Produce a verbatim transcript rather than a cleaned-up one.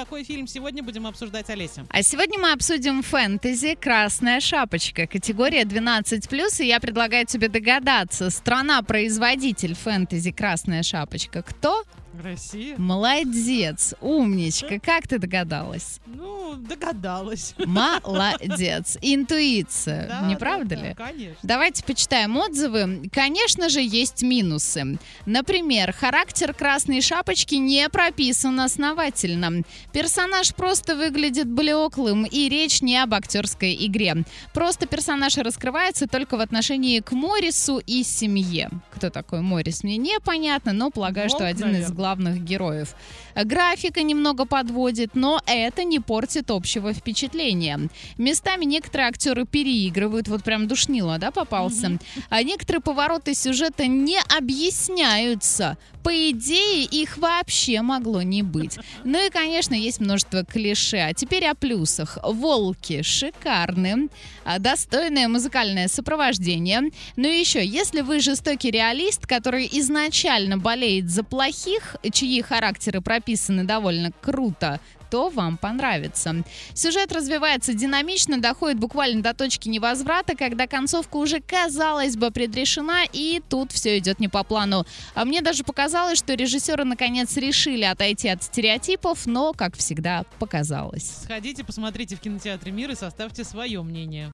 такой фильм сегодня будем обсуждать, Олеся? А сегодня мы обсудим фэнтези «Красная шапочка». Категория двенадцать плюс, и я предлагаю тебе догадаться. Страна-производитель фэнтези «Красная шапочка» кто? Россия? Молодец, умничка. Как ты догадалась? Ну, догадалась. Молодец. Интуиция. Да, Не да, правда да, ли? Конечно. Давайте почитаем отзывы. Конечно же, есть минусы. Например, характер «Красной шапочки» не прописан основательно. Персонаж просто выглядит блеклым, и речь не об актерской игре. Просто персонаж раскрывается только в отношении к Моррису и семье. Кто такой Моррис, мне непонятно, но полагаю, Волк, что один наверное. из главных героев. Графика немного подводит, но это не портит общего впечатления. Местами некоторые актеры переигрывают, вот прям душнило, да, попался? Mm-hmm. А некоторые повороты сюжета не объясняются. По идее, их вообще могло не быть. Ну и, конечно, есть множество клише. А теперь о плюсах. «Волки» шикарны, достойное музыкальное сопровождение. Ну и еще, если вы жестокий реалист, который изначально болеет за плохих, чьи характеры прописаны довольно круто, то вам понравится. Сюжет развивается динамично, доходит буквально до точки невозврата, когда концовка уже, казалось бы, предрешена, и тут все идет не по плану. А мне даже показалось, что режиссеры наконец решили отойти от стереотипов, но, как всегда, показалось. Сходите, посмотрите в кинотеатре «Мир» и составьте свое мнение.